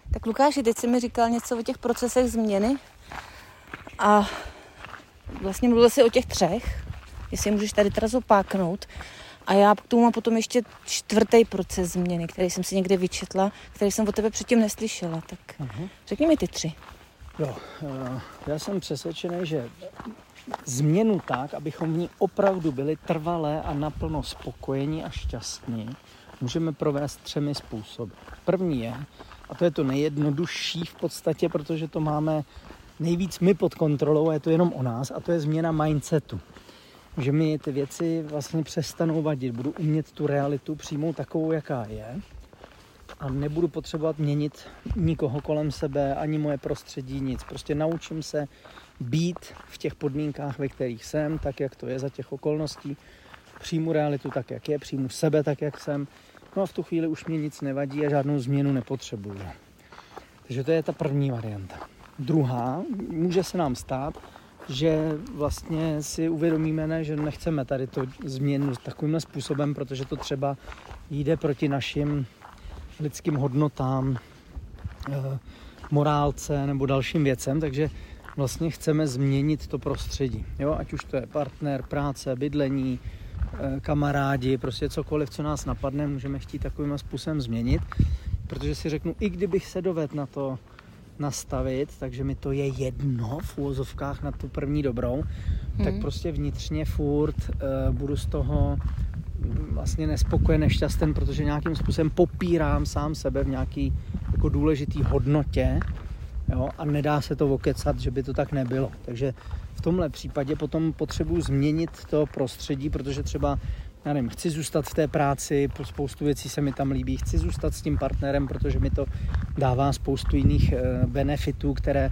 Tak Lukáši, teď jsi mi říkal něco o těch procesech změny a vlastně mluvil jsi o těch 3, jestli můžeš tady teda zopáknout. A já k tomu mám potom ještě 4. proces změny, který jsem si někde vyčetla, který jsem od tebe předtím neslyšela. Tak řekni mi ty 3. Jo, já jsem přesvědčený, že změnu tak, abychom v ní opravdu byli trvalé a naplno spokojení a šťastní, můžeme provést 3 způsoby. První je, a to je to nejjednodušší v podstatě, protože to máme nejvíc my pod kontrolou a je to jenom o nás, a to je změna mindsetu. Že mi ty věci vlastně přestanou vadit, budu umět tu realitu přijmout takovou, jaká je, a nebudu potřebovat měnit nikoho kolem sebe, ani moje prostředí, nic. Prostě naučím se být v těch podmínkách, ve kterých jsem, tak, jak to je za těch okolností. Přijmu realitu tak, jak je, přijmu sebe tak, jak jsem. No a v tu chvíli už mě nic nevadí a žádnou změnu nepotřebuju. Takže to je ta první varianta. Druhá, může se nám stát, že vlastně si uvědomíme, že nechceme tady to změnu takovým způsobem, protože to třeba jde proti našim lidským hodnotám, morálce nebo dalším věcem, takže vlastně chceme změnit to prostředí. Jo? Ať už to je partner, práce, bydlení, kamarádi, prostě cokoliv, co nás napadne, můžeme chtít takovým způsobem změnit, protože si řeknu, i kdybych se dovedl na to nastavit, takže mi to je jedno v uvozovkách na tu první dobrou, tak prostě vnitřně furt budu z toho vlastně nespokojen, nešťastný, protože nějakým způsobem popírám sám sebe v nějaký jako důležitý hodnotě, jo, a nedá se to okecat, že by to tak nebylo. Takže v tomhle případě potom potřebuji změnit to prostředí, protože třeba, já nevím, chci zůstat v té práci, spoustu věcí se mi tam líbí, chci zůstat s tím partnerem, protože mi to dává spoustu jiných benefitů, které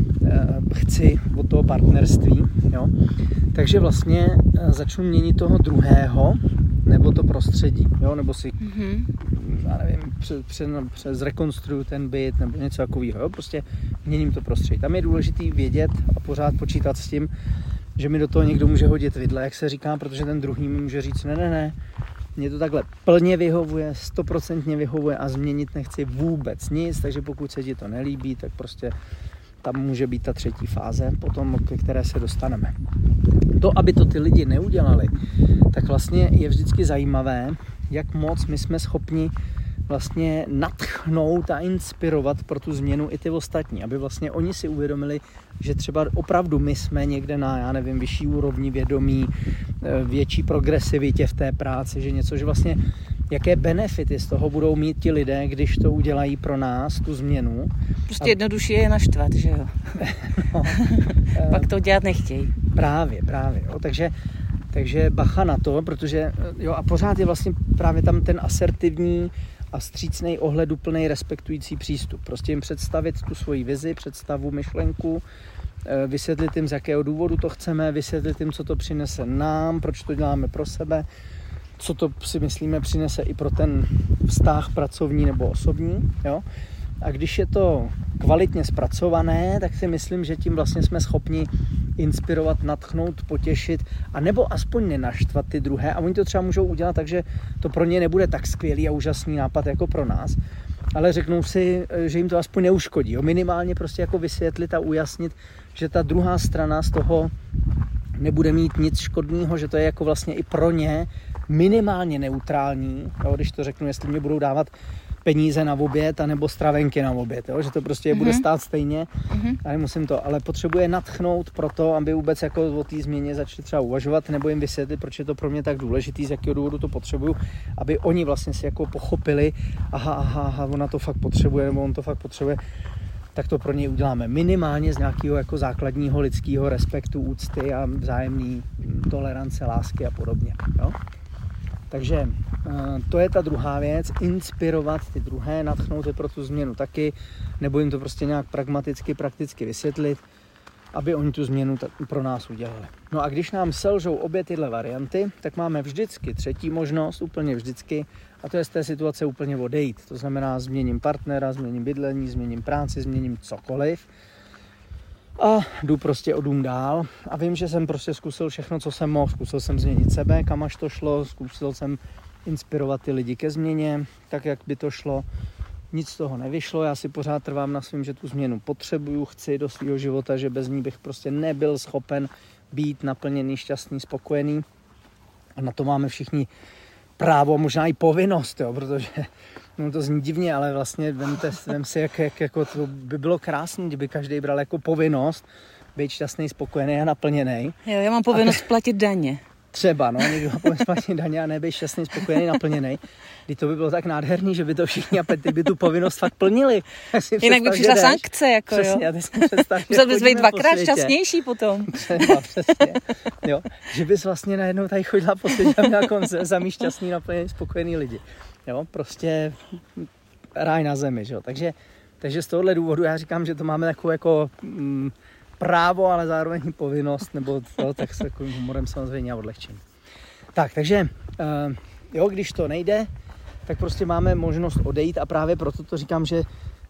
chci od toho partnerství. Jo. Takže vlastně začnu měnit toho druhého, nebo to prostředí, jo, nebo si, já nevím, zrekonstruju ten byt, nebo něco takového, jo, prostě měním to prostředí. Tam je důležitý vědět a pořád počítat s tím, že mi do toho někdo může hodit vidle, jak se říká, protože ten druhý mi může říct, ne, mě to takhle plně vyhovuje, 100% vyhovuje a změnit nechci vůbec nic, takže pokud se ti to nelíbí, tak prostě tam může být ta 3. fáze, potom, ke které se dostaneme. To, aby to ty lidi neudělali, tak vlastně je vždycky zajímavé, jak moc my jsme schopni vlastně nadchnout a inspirovat pro tu změnu i ty ostatní, aby vlastně oni si uvědomili, že třeba opravdu my jsme někde na, já nevím, vyšší úrovni vědomí, větší progresivitě v té práci, že něco, že vlastně jaké benefity z toho budou mít ti lidé, když to udělají pro nás, tu změnu. Prostě jednodušší je naštvat, že jo? No, pak to dělat nechtějí. Právě. Jo. Takže bacha na to, protože jo, a pořád je vlastně právě tam ten asertivní a vstřícnej, ohleduplnej, respektující přístup. Prostě jim představit tu svoji vizi, představu, myšlenku, vysvětlit jim, z jakého důvodu to chceme, vysvětlit jim, co to přinese nám, proč to děláme pro sebe, co to si myslíme přinese i pro ten vztah pracovní nebo osobní. Jo? A když je to kvalitně zpracované, tak si myslím, že tím vlastně jsme schopni inspirovat, nadchnout, potěšit a nebo aspoň nenaštvat ty druhé. A oni to třeba můžou udělat tak, že to pro ně nebude tak skvělý a úžasný nápad jako pro nás, ale řeknou si, že jim to aspoň neuškodí. Jo? Minimálně prostě jako vysvětlit a ujasnit, že ta druhá strana z toho nebude mít nic škodného, že to je jako vlastně i pro ně minimálně neutrální, jo? Když to řeknu, jestli mě budou dávat peníze na oběd, anebo stravenky na oběd, jo? Že to prostě je bude stát stejně, a nemusím to, ale potřebuje nadchnout pro to, aby vůbec jako o té změně začali třeba uvažovat, nebo jim vysvětlit, proč je to pro mě tak důležitý, z jakého důvodu to potřebuju, aby oni vlastně si jako pochopili, aha, ona to fakt potřebuje, nebo on to fakt potřebuje, tak to pro něj uděláme minimálně z nějakého jako základního lidského respektu, úcty a vzájemné tolerance, lásky a podobně. Jo? Takže to je ta druhá věc, inspirovat ty druhé, nadchnout je pro tu změnu taky, nebo jim to prostě nějak pragmaticky, prakticky vysvětlit, aby oni tu změnu pro nás udělali. No a když nám selžou obě tyhle varianty, tak máme vždycky 3. možnost, úplně vždycky, a to je z té situace úplně odejít. To znamená, změním partnera, změním bydlení, změním práci, změním cokoliv a jdu prostě o dům dál a vím, že jsem prostě zkusil všechno, co jsem mohl. Zkusil jsem změnit sebe, kam až to šlo, zkusil jsem inspirovat ty lidi ke změně, tak jak by to šlo. nic z toho nevyšlo, já si pořád trvám na svým, že tu změnu potřebuju, chci do svého života, že bez ní bych prostě nebyl schopen být naplněný, šťastný, spokojený. A na to máme všichni právo, možná i povinnost, jo, protože no to zní divně, ale vlastně vem si, jak jako to by bylo krásné, kdyby každý bral jako povinnost být šťastný, spokojený a naplněný. Jo, já mám povinnost platit daně. Třeba, no, někdo má povinnost platit daně a nebýt šťastný, spokojený, naplněný. Když to by bylo tak nádherný, že by to všichni a ty by tu povinnost fakt plnili. Jinak by přišla sankce, jako přesně, jo. Musel bys být dvakrát šťastnější potom. Třeba, přesně. Jo, že bys vlastně najednou tady chodila po světě a měla samý šťastný, naplněný, spokojený lidi. Jo, prostě ráj na zemi, že jo. Takže z tohohle důvodu já říkám, že to máme takovou jako právo, ale zároveň i povinnost, nebo to, tak s takovým humorem samozřejmě odlehčím. Tak, takže jo, když to nejde, tak prostě máme možnost odejít a právě proto to říkám, že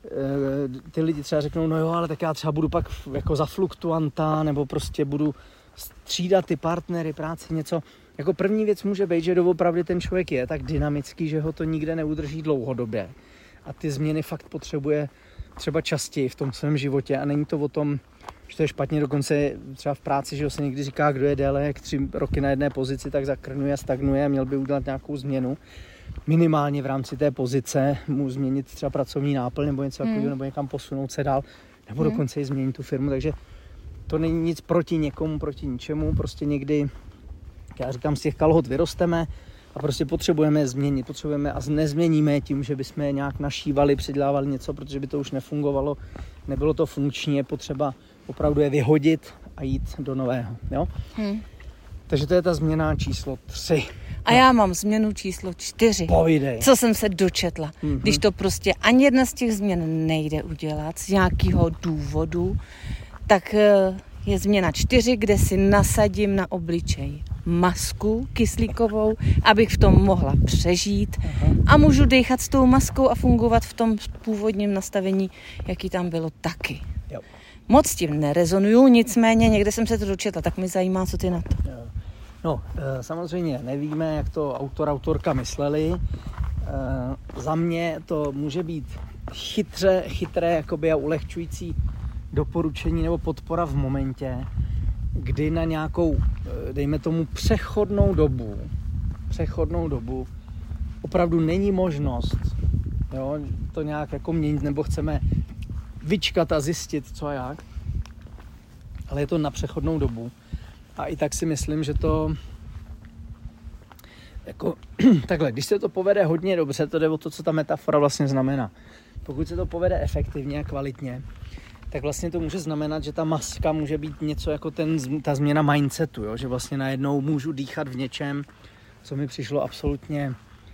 ty lidi třeba řeknou, no jo, ale tak já třeba budu pak jako za fluktuanta, nebo prostě budu střídat ty partnery, práci, něco. Jako první věc může být, že doopravdy ten člověk je tak dynamický, že ho to nikde neudrží dlouhodobě. A ty změny fakt potřebuje třeba častěji v tom svém životě a není to o tom, že to je špatně, dokonce třeba v práci, že se někdy říká, kdo je déle jak 3 roky na jedné pozici, tak zakrnuje, stagnuje a měl by udělat nějakou změnu. Minimálně v rámci té pozice mu změnit třeba pracovní náplň nebo něco takového, nebo někam posunout se dál, nebo dokonce i změnit tu firmu, takže to není nic proti někomu, proti ničemu, prostě někdy, já říkám, z těch kalhot vyrosteme a prostě potřebujeme změnit, potřebujeme a nezměníme tím, že bychom je nějak našívali, předělávali něco, protože by to už nefungovalo, nebylo to funkční, je potřeba opravdu je vyhodit a jít do nového, jo? Takže to je ta změna číslo 3. A já mám změnu číslo 4. Povídej. Co jsem se dočetla. Když to prostě ani jedna z těch změn nejde udělat z nějakého důvodu, tak je změna 4, kde si nasadím na obličej masku kyslíkovou, abych v tom mohla přežít a můžu dýchat s tou maskou a fungovat v tom původním nastavení, jaký tam bylo taky. Jo. Moc s tím nerezonuju, nicméně někde jsem se to dočetla, tak mi zajímá, co ty na to. No, samozřejmě nevíme, jak to autorka mysleli. Za mě to může být chytré jakoby a ulehčující doporučení nebo podpora v momentě, kdy na nějakou, dejme tomu, přechodnou dobu opravdu není možnost, jo, to nějak jako měnit, nebo chceme vyčkat a zjistit, co a jak, ale je to na přechodnou dobu. A i tak si myslím, že to jako takhle, když se to povede hodně dobře, to jde o to, co ta metafora vlastně znamená. Pokud se to povede efektivně a kvalitně, tak vlastně to může znamenat, že ta maska může být něco jako ta změna mindsetu, jo? Že vlastně najednou můžu dýchat v něčem, co mi přišlo absolutně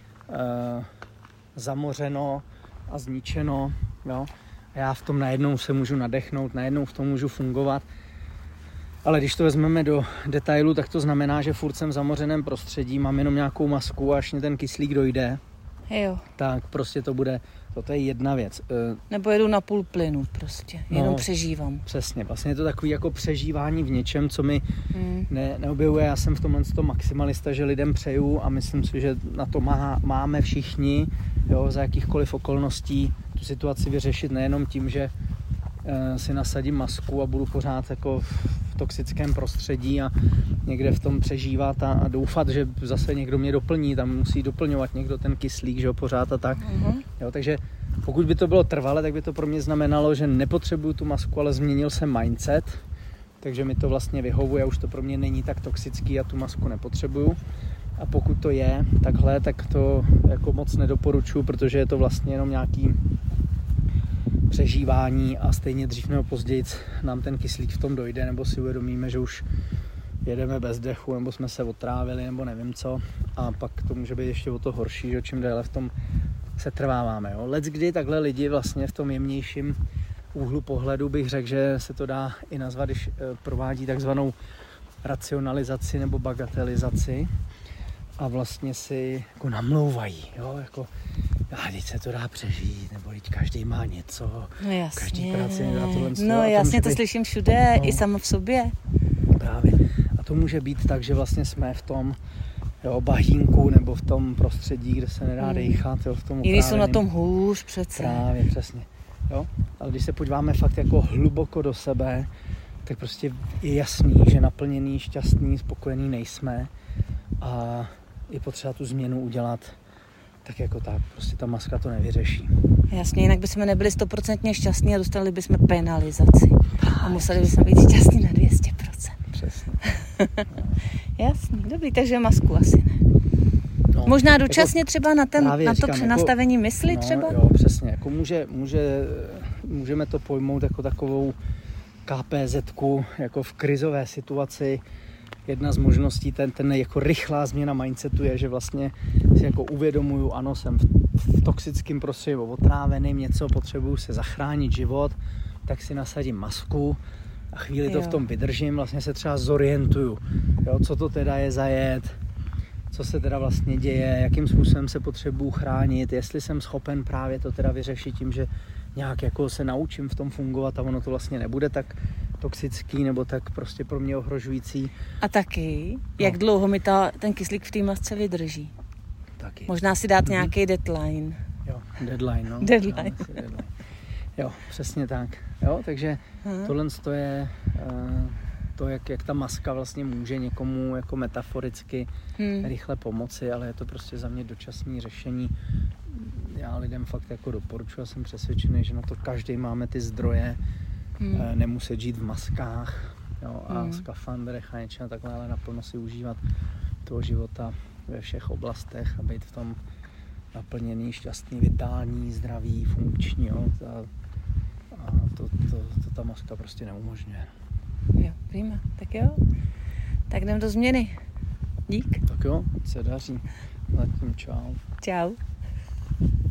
zamořeno a zničeno, jo? A já v tom najednou se můžu nadechnout, najednou v tom můžu fungovat. Ale když to vezmeme do detailu, tak to znamená, že furt jsem v zamořeném prostředí, mám jenom nějakou masku a až mě ten kyslík dojde, tak prostě to je jedna věc. Nebo jedu na půl plynu prostě, jenom přežívám. Přesně, vlastně je to takový jako přežívání v něčem, co mi neobjevuje. Já jsem v tomhle maximalista, že lidem přeju a myslím si, že na to máme všichni, jo, za jakýchkoliv okolností tu situaci vyřešit nejenom tím, že si nasadím masku a budu pořád jako v toxickém prostředí a někde v tom přežívat a doufat, že zase někdo mě doplní, tam musí doplňovat někdo ten kyslík, že jo, pořád a tak. Jo, takže pokud by to bylo trvale, tak by to pro mě znamenalo, že nepotřebuju tu masku, ale změnil jsem mindset, takže mi to vlastně vyhovuje, už to pro mě není tak toxický a tu masku nepotřebuju. A pokud to je takhle, tak to jako moc nedoporučuji, protože je to vlastně jenom nějaký přežívání a stejně dřív nebo později nám ten kyslík v tom dojde, nebo si uvědomíme, že už jedeme bez dechu, nebo jsme se otrávili, nebo nevím co. A pak to může být ještě o to horší, že čím déle v tom se trváváme. Jo. Leckdy takhle lidi vlastně v tom jemnějším úhlu pohledu bych řekl, že se to dá i nazvat, když provádí takzvanou racionalizaci nebo bagatelizaci a vlastně si jako namlouvají, jo, jako teď se to dá přežít, nebo teď každý má něco, no jasně. Každý pracuje na tohle. No jasně, to slyším všude, i sama v sobě. Právě. A to může být tak, že vlastně jsme v tom jo, bahínku nebo v tom prostředí, kde se nedá dejchat, jo, v tom jiní jsou na tom hůř přece. Právě, přesně. Jo? Ale když se podíváme fakt jako hluboko do sebe, tak prostě je jasný, že naplněný, šťastný, spokojený nejsme a je potřeba tu změnu udělat tak jako tak. Prostě ta maska to nevyřeší. Jasně, jinak bychom nebyli 100% šťastní a dostali bychom penalizaci. A museli bychom být šťastní na 200%. Přesně. Jasný, dobrý, takže masku asi ne. No, možná dočasně jako, třeba na to přenastavení jako, mysli třeba? Jo, přesně. Jako můžeme to pojmout jako takovou KPZ-ku, jako v krizové situaci. Jedna z možností, ten jako rychlá změna mindsetu je, že vlastně si jako uvědomuju, ano, jsem v toxickém prostředí otráveným, něco, potřebuju se zachránit život, tak si nasadím masku a chvíli to v tom vydržím, vlastně se třeba zorientuju, jo, co to teda je za jed, co se teda vlastně děje, jakým způsobem se potřebuju chránit, jestli jsem schopen právě to teda vyřešit tím, že nějak jako se naučím v tom fungovat a ono to vlastně nebude tak toxický nebo tak prostě pro mě ohrožující. A taky, jak dlouho mi ten kyslík v té masce vydrží? Taky. Možná si dát nějaký deadline. Jo, deadline, no. Deadline. Jo, přesně tak. Jo, takže tohle je to, jak ta maska vlastně může někomu jako metaforicky rychle pomoci, ale je to prostě za mě dočasné řešení. Já lidem fakt jako doporučuji a jsem přesvědčený, že na to každý máme ty zdroje, nemuset žít v maskách, jo, a skafandrech a něčem takhle, ale naplno si užívat toho života ve všech oblastech a být v tom naplněný, šťastný, vitální, zdravý, funkční, jo, a to ta maska prostě neumožňuje. Jo, víme, tak jo, tak jdem do změny. Dík. Tak jo, se daří. Zatím čau. Čau.